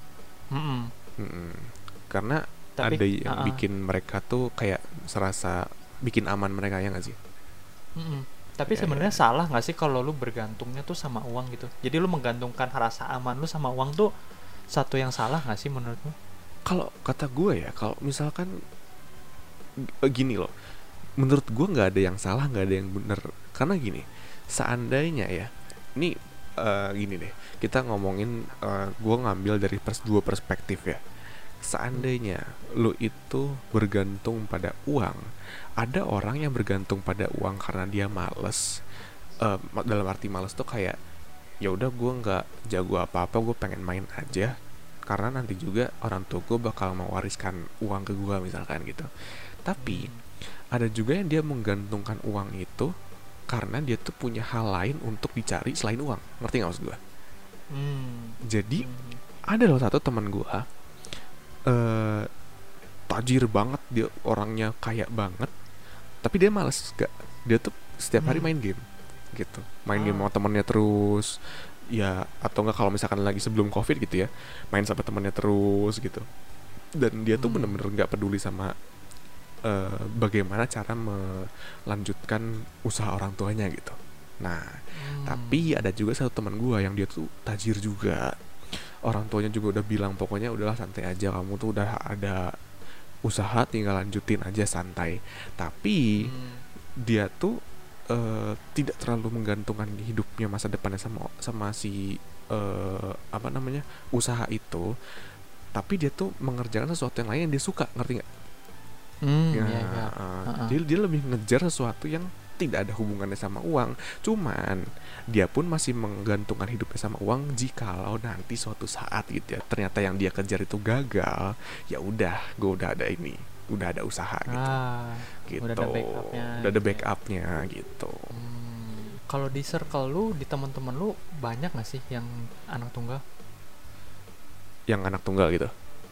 Karena Tapi, ada yang bikin mereka tuh kayak serasa bikin aman mereka, ya nggak sih? Tapi sebenarnya salah nggak sih kalau lu bergantungnya tuh sama uang gitu? Jadi lu menggantungkan rasa aman lu sama uang tuh satu yang salah nggak sih menurut lu? Kalau kata gue ya, kalau misalkan gini loh, menurut gue nggak ada yang salah, nggak ada yang benar. Karena gini, seandainya ya, ini gini deh, kita ngomongin, gue ngambil dari dua perspektif ya. Seandainya lo itu bergantung pada uang, ada orang yang bergantung pada uang karena dia males. Dalam arti males tuh kayak ya udah gue nggak jago apa-apa, gue pengen main aja karena nanti juga orang tua gue bakal mewariskan uang ke gue misalkan gitu. Tapi ada juga yang dia menggantungkan uang itu karena dia tuh punya hal lain untuk dicari selain uang. Ngerti gak maksud gue? Jadi ada loh satu teman gue, tajir banget, dia orangnya kaya banget, tapi dia malas gak. Dia tuh setiap hari main game gitu, main game sama temennya terus ya, atau enggak kalau misalkan lagi sebelum covid gitu ya, main sama temennya terus gitu. Dan dia tuh bener-bener gak peduli sama bagaimana cara melanjutkan usaha orang tuanya gitu. Nah, tapi ada juga satu teman gue yang dia tuh tajir juga. Orang tuanya juga udah bilang pokoknya udahlah santai aja, kamu tuh udah ada usaha, tinggal lanjutin aja santai. Tapi dia tuh tidak terlalu menggantungkan hidupnya, masa depannya sama si usaha itu. Tapi dia tuh mengerjakan sesuatu yang lain yang dia suka, ngerti nggak? Jadi dia lebih ngejar sesuatu yang tidak ada hubungannya sama uang. Cuman dia pun masih menggantungkan hidupnya sama uang. Jikalau nanti suatu saat gitu ya, ternyata yang dia kejar itu gagal, ya udah, gue udah ada ini, udah ada usaha gitu. Gitu. Udah ada backupnya gitu. Kalau di circle lu, di teman-teman lu banyak nggak sih yang anak tunggal? Yang anak tunggal gitu?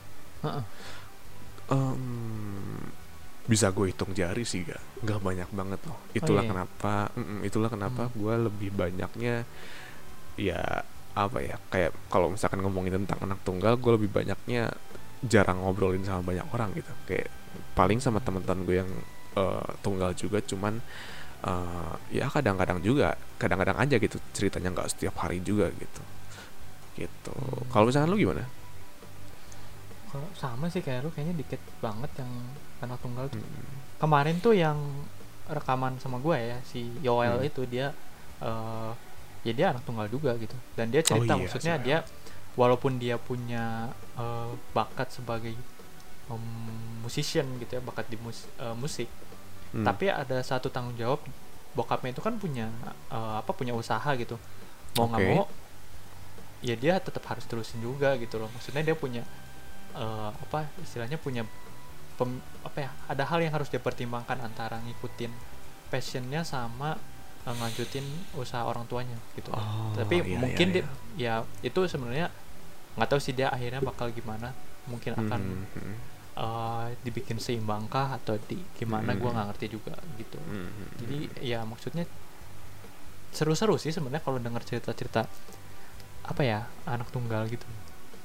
Bisa gue hitung jari sih, gak banyak banget loh. Itulah kenapa gue lebih banyaknya ya apa ya, kayak kalau misalkan ngomongin tentang anak tunggal, gue lebih banyaknya jarang ngobrolin sama banyak orang gitu. Kayak paling sama teman-teman gue yang tunggal juga, cuman ya kadang-kadang aja gitu ceritanya, nggak setiap hari juga gitu. Kalau misalkan lu gimana? Kalau sama sih kayak lu, kayaknya dikit banget yang anak tunggal tuh. Kemarin tuh yang rekaman sama gue ya, si Yoel itu dia ya dia anak tunggal juga gitu. Dan dia cerita maksudnya dia walaupun dia punya bakat sebagai musician gitu ya, bakat di musik, tapi ada satu tanggung jawab. Bokapnya itu kan punya punya usaha gitu. Mau nggak mau ya dia tetap harus terusin juga gitu loh. Maksudnya dia punya istilahnya punya ada hal yang harus dia pertimbangkan antara ngikutin passionnya sama ngelanjutin usaha orang tuanya gitu. Tapi mungkin dia itu sebenarnya nggak tahu sih dia akhirnya bakal gimana, mungkin akan dibikin seimbangkah atau gimana, gue nggak ngerti juga gitu. Jadi ya maksudnya seru-seru sih sebenarnya kalau dengar cerita-cerita anak tunggal gitu.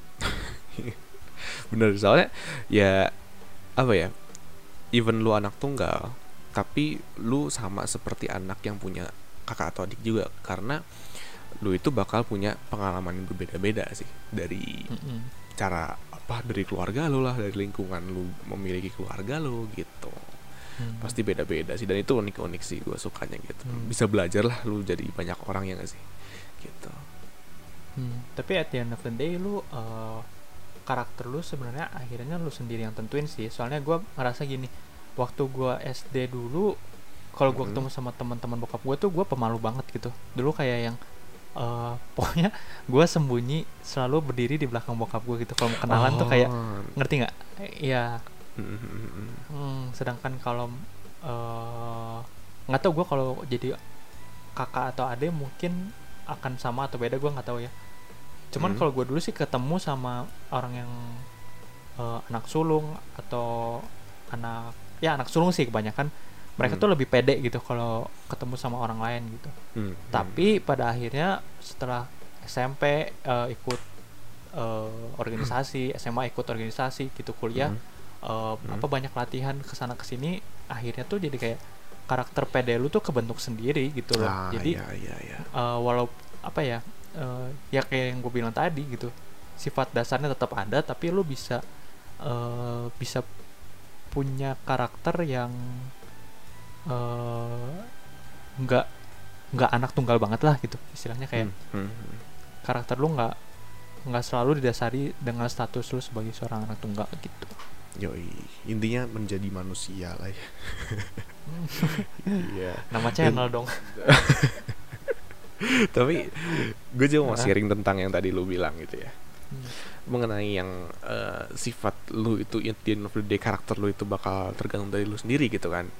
Bener, soalnya ya apa ya, even lu anak tunggal tapi lu sama seperti anak yang punya kakak atau adik juga, karena lu itu bakal punya pengalaman yang berbeda-beda sih, dari Mm-mm. cara apa, dari keluarga lu lah, dari lingkungan lu memiliki keluarga lu gitu, Hmm. pasti beda-beda sih, dan itu unik-unik sih, gue sukanya gitu, bisa belajar lah lu jadi banyak orang ya gak sih gitu. Tapi at the end of the day lu karakter lu sebenarnya akhirnya lu sendiri yang tentuin sih. Soalnya gue ngerasa gini, waktu gue SD dulu, kalau gue ketemu sama teman-teman bokap gue tuh gue pemalu banget gitu. Dulu kayak yang pokoknya gue sembunyi, selalu berdiri di belakang bokap gue gitu. Kalau mau kenalan tuh kayak, ngerti nggak? Iya. Sedangkan kalau nggak tahu gue kalau jadi kakak atau adik mungkin akan sama atau beda, gue nggak tahu ya. Cuman kalau gue dulu sih ketemu sama orang yang anak sulung atau anak sulung sih kebanyakan, mereka tuh lebih pede gitu kalau ketemu sama orang lain gitu. Tapi pada akhirnya setelah SMP ikut organisasi, SMA ikut organisasi gitu, kuliah apa banyak latihan kesana kesini, akhirnya tuh jadi kayak karakter pede lu tuh kebentuk sendiri gitu loh. Jadi walau apa ya, ya kayak yang gue bilang tadi gitu, sifat dasarnya tetap ada, tapi lu bisa bisa punya karakter yang nggak anak tunggal banget lah gitu istilahnya, kayak karakter lu nggak selalu didasari dengan status lu sebagai seorang anak tunggal gitu. Yoi, intinya menjadi manusia lah ya. Iya. Nama channel dong. Tapi gue juga mau sharing tentang yang tadi lu bilang gitu ya, mengenai yang sifat lu itu, at the end of the day karakter lu itu bakal tergantung dari lu sendiri gitu kan.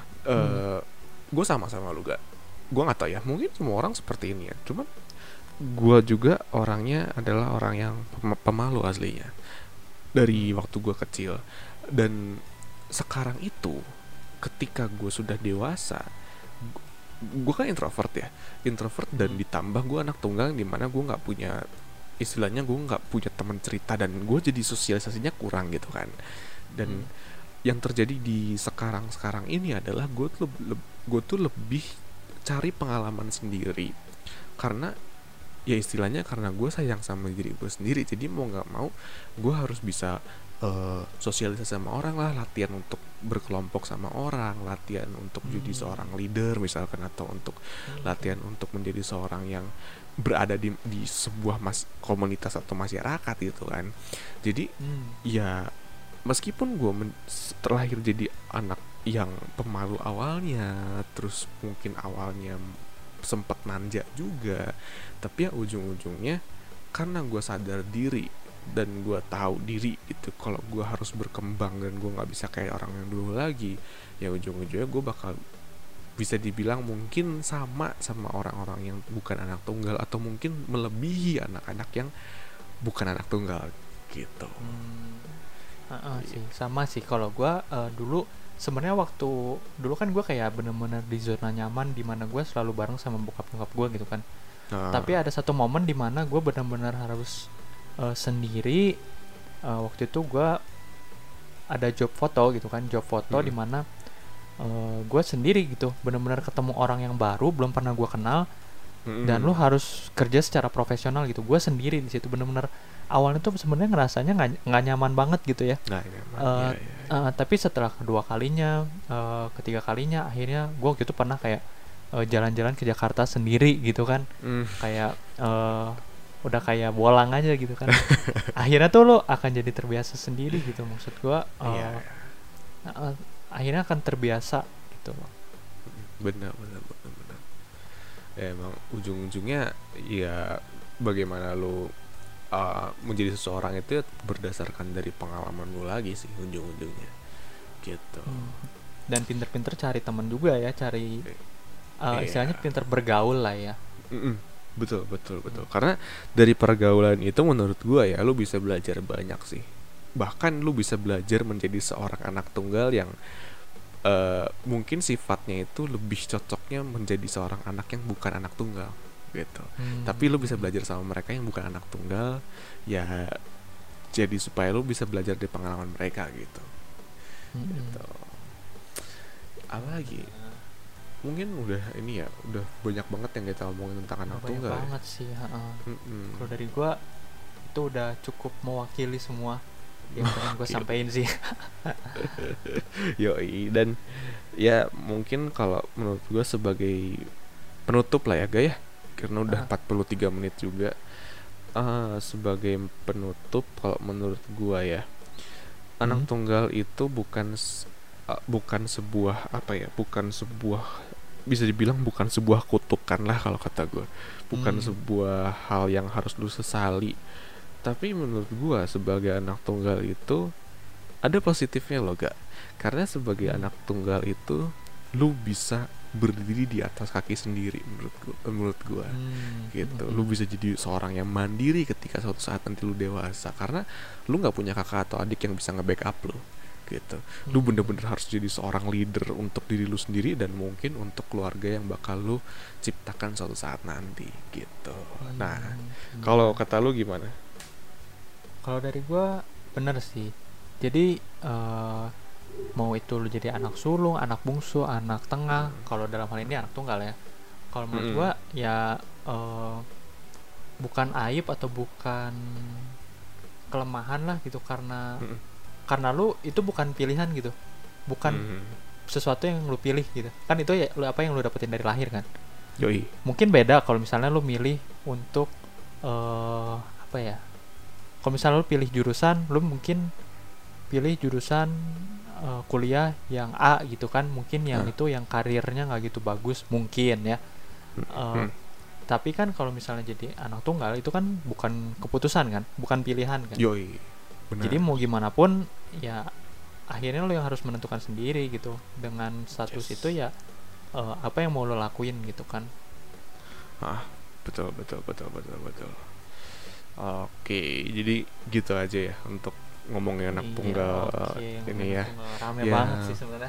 Gue sama lu gak, gue nggak tahu ya, mungkin semua orang seperti ini ya, cuman gue juga orangnya adalah orang yang pemalu aslinya dari waktu gue kecil. Dan sekarang itu ketika gue sudah dewasa, gue kan introvert dan ditambah gue anak tunggal, dimana gue nggak punya, istilahnya gue nggak punya teman cerita, dan gue jadi sosialisasinya kurang gitu kan. Dan yang terjadi di sekarang ini adalah gue tuh lebih cari pengalaman sendiri, karena ya istilahnya karena gue sayang sama diri gue sendiri, jadi mau nggak mau gue harus bisa sosialisasi sama orang lah, latihan untuk berkelompok sama orang, latihan untuk jadi seorang leader misalkan, atau untuk latihan untuk menjadi seorang yang berada di sebuah komunitas atau masyarakat gitu kan. Jadi ya meskipun gue terlahir jadi anak yang pemalu awalnya, terus mungkin awalnya sempet manja juga, tapi ya ujung-ujungnya karena gue sadar diri dan gue tahu diri gitu, kalau gue harus berkembang dan gue nggak bisa kayak orang yang dulu lagi, ya ujung-ujungnya gue bakal bisa dibilang mungkin sama orang-orang yang bukan anak tunggal, atau mungkin melebihi anak-anak yang bukan anak tunggal gitu. Sih sama sih kalau gue dulu sebenarnya waktu dulu kan gue kayak bener-bener di zona nyaman, di mana gue selalu bareng sama bokap gue gitu kan. Tapi ada satu momen di mana gue benar-benar harus sendiri. Waktu itu gue ada job foto gitu kan, di mana gue sendiri gitu, benar-benar ketemu orang yang baru belum pernah gue kenal, dan lu harus kerja secara profesional gitu. Gue sendiri di situ, benar-benar awalnya tuh sebenarnya ngerasanya nggak nyaman banget gitu ya. Tapi setelah kedua kalinya, ketiga kalinya, akhirnya gue gitu pernah kayak jalan-jalan ke Jakarta sendiri gitu kan. Kayak udah kayak bolang aja gitu kan. Akhirnya tuh lo akan jadi terbiasa sendiri gitu, maksud gue. Akhirnya akan terbiasa gitu loh. Benar. Ya, emang ujung-ujungnya ya bagaimana lo menjadi seseorang itu berdasarkan dari pengalaman lo lagi sih ujung-ujungnya gitu. Dan pinter-pinter cari teman juga ya, cari istilahnya pinter bergaul lah ya. Betul. Karena dari pergaulan itu menurut gua ya lu bisa belajar banyak sih. Bahkan lu bisa belajar menjadi seorang anak tunggal yang mungkin sifatnya itu lebih cocoknya menjadi seorang anak yang bukan anak tunggal gitu. Tapi lu bisa belajar sama mereka yang bukan anak tunggal, ya Jadi supaya lu bisa belajar dari pengalaman mereka gitu. Gitu. Apa lagi? Mungkin udah ini ya, udah banyak banget yang kita omongin tentang anak Banyak tunggal ya. banget sih. Kalau dari gue itu udah cukup mewakili semua yang pengen gue sampein sih. Yoi, dan ya mungkin kalau menurut gue sebagai penutup lah ya Gaya, karena udah 43 menit juga. Sebagai penutup, kalau menurut gue ya, anak tunggal itu bukan sebuah apa ya, bukan sebuah, bisa dibilang bukan sebuah kutukan lah kalau kata gue, bukan sebuah hal yang harus lu sesali. Tapi menurut gue sebagai anak tunggal itu ada positifnya loh gak, karena sebagai anak tunggal itu lu bisa berdiri di atas kaki sendiri menurut gua gitu. Lu bisa jadi seorang yang mandiri ketika suatu saat nanti lu dewasa, karena lu nggak punya kakak atau adik yang bisa nge-backup lu gitu. Lu bener-bener harus jadi seorang leader untuk diri lu sendiri dan mungkin untuk keluarga yang bakal lu ciptakan suatu saat nanti gitu. Nah, kalau kata lu gimana? Kalau dari gua bener sih. Jadi mau itu lu jadi anak sulung, anak bungsu, anak tengah, kalau dalam hal ini anak tunggal ya. Kalau menurut gua ya bukan aib atau bukan kelemahan lah gitu, karena lu itu bukan pilihan gitu, bukan sesuatu yang lu pilih gitu kan, itu ya lu apa yang lu dapetin dari lahir kan. Yoi. Mungkin beda kalau misalnya lu milih untuk apa ya, kalau misalnya lu pilih jurusan, lu mungkin pilih jurusan kuliah yang A gitu kan, mungkin yang itu yang karirnya nggak gitu bagus mungkin ya. Tapi kan kalau misalnya jadi anak tunggal itu kan bukan keputusan kan, bukan pilihan kan. Yoi. Benar. Jadi mau gimana pun ya akhirnya lo yang harus menentukan sendiri gitu, dengan status itu ya apa yang mau lo lakuin gitu kan. Betul. Oke, jadi gitu aja ya untuk ngomongin anak tunggal ini ya. Rame banget sih sebenarnya.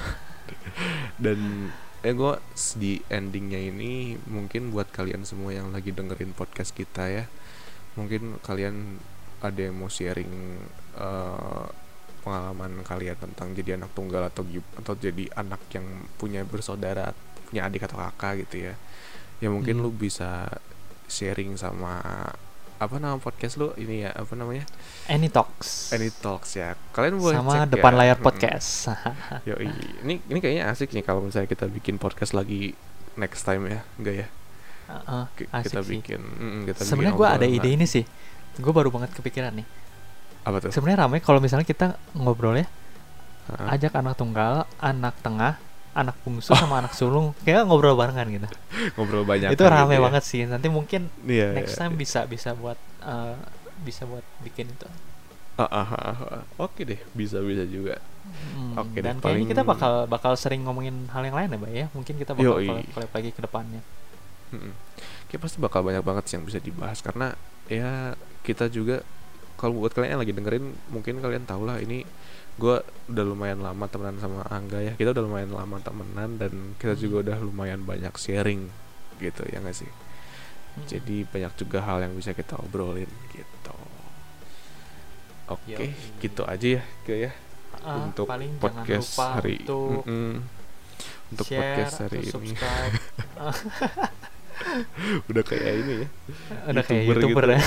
Dan gue di endingnya ini mungkin buat kalian semua yang lagi dengerin podcast kita ya, mungkin kalian ada yang mau sharing pengalaman kalian tentang jadi anak tunggal atau jadi anak yang punya bersaudara, punya adik atau kakak gitu ya. Ya mungkin lu bisa sharing sama apa nama podcast lu ini ya, apa namanya? Any Talks ya. Kalian boleh sama cek depan ya. layar podcast. Yoi. Ini kayaknya asik nih kalau misalnya kita bikin podcast lagi next time ya, enggak ya? Kita bikin. Sebenarnya gue ada ide ini sih. Gue baru banget kepikiran nih. Apa tuh? Sebenarnya ramai kalau misalnya kita ngobrol ya. Ajak anak tunggal, anak tengah, anak bungsu sama anak sulung, kayak ngobrol barengan gitu. Ngobrol banyak. Itu rame banget sih. Nanti mungkin next time bisa buat bikin itu. Oke deh, bisa juga. Oke dan deh, kayaknya kita bakal sering ngomongin hal yang lain ya, Mbak ya. Mungkin kita bakal collab lagi ke depannya. Kayak pasti bakal banyak banget sih yang bisa dibahas, karena ya kita juga, kalau buat kalian yang lagi dengerin, mungkin kalian tahu lah ini gue udah lumayan lama temenan sama Angga ya. Kita udah lumayan lama temenan dan kita juga udah lumayan banyak sharing gitu ya nggak sih. Jadi banyak juga hal yang bisa kita obrolin gitu. Oke, gitu aja ya ya. Untuk podcast hari untuk podcast hari ini. Udah kayak ini ya. Udah kayak YouTuber gitu.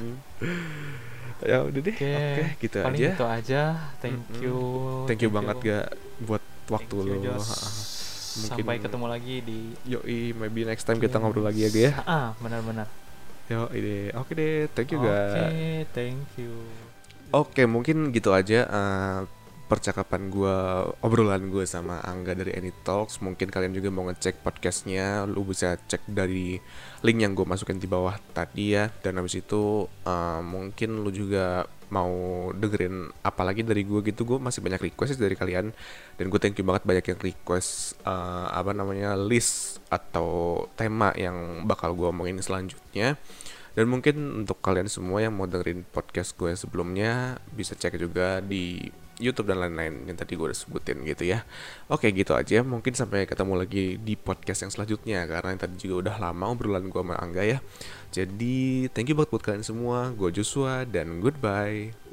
Ya udah deh. Oke, gitu paling aja. Gitu aja. Thank you banget gak buat waktu lo. Mungkin sampai ketemu lagi di maybe next time kita ngobrol lagi ya, benar-benar. Oke deh, thank you ga. Oke, thank you. Oke, mungkin gitu aja percakapan gue, obrolan gue sama Angga dari Any Talks. Mungkin kalian juga mau ngecek podcastnya, lu bisa cek dari link yang gue masukin di bawah tadi ya. Dan habis itu mungkin lu juga mau dengerin apalagi dari gue gitu. Gue masih banyak request dari kalian, dan gue thank you banget banyak yang request list atau tema yang bakal gue omongin selanjutnya. Dan mungkin untuk kalian semua yang mau dengerin podcast gue sebelumnya, bisa cek juga di YouTube dan lain-lain yang tadi gue udah sebutin gitu ya. Oke, gitu aja. Mungkin sampai ketemu lagi di podcast yang selanjutnya, karena yang tadi juga udah lama obrolan gue sama Angga ya. Jadi thank you buat kalian semua. Gue Joshua dan goodbye.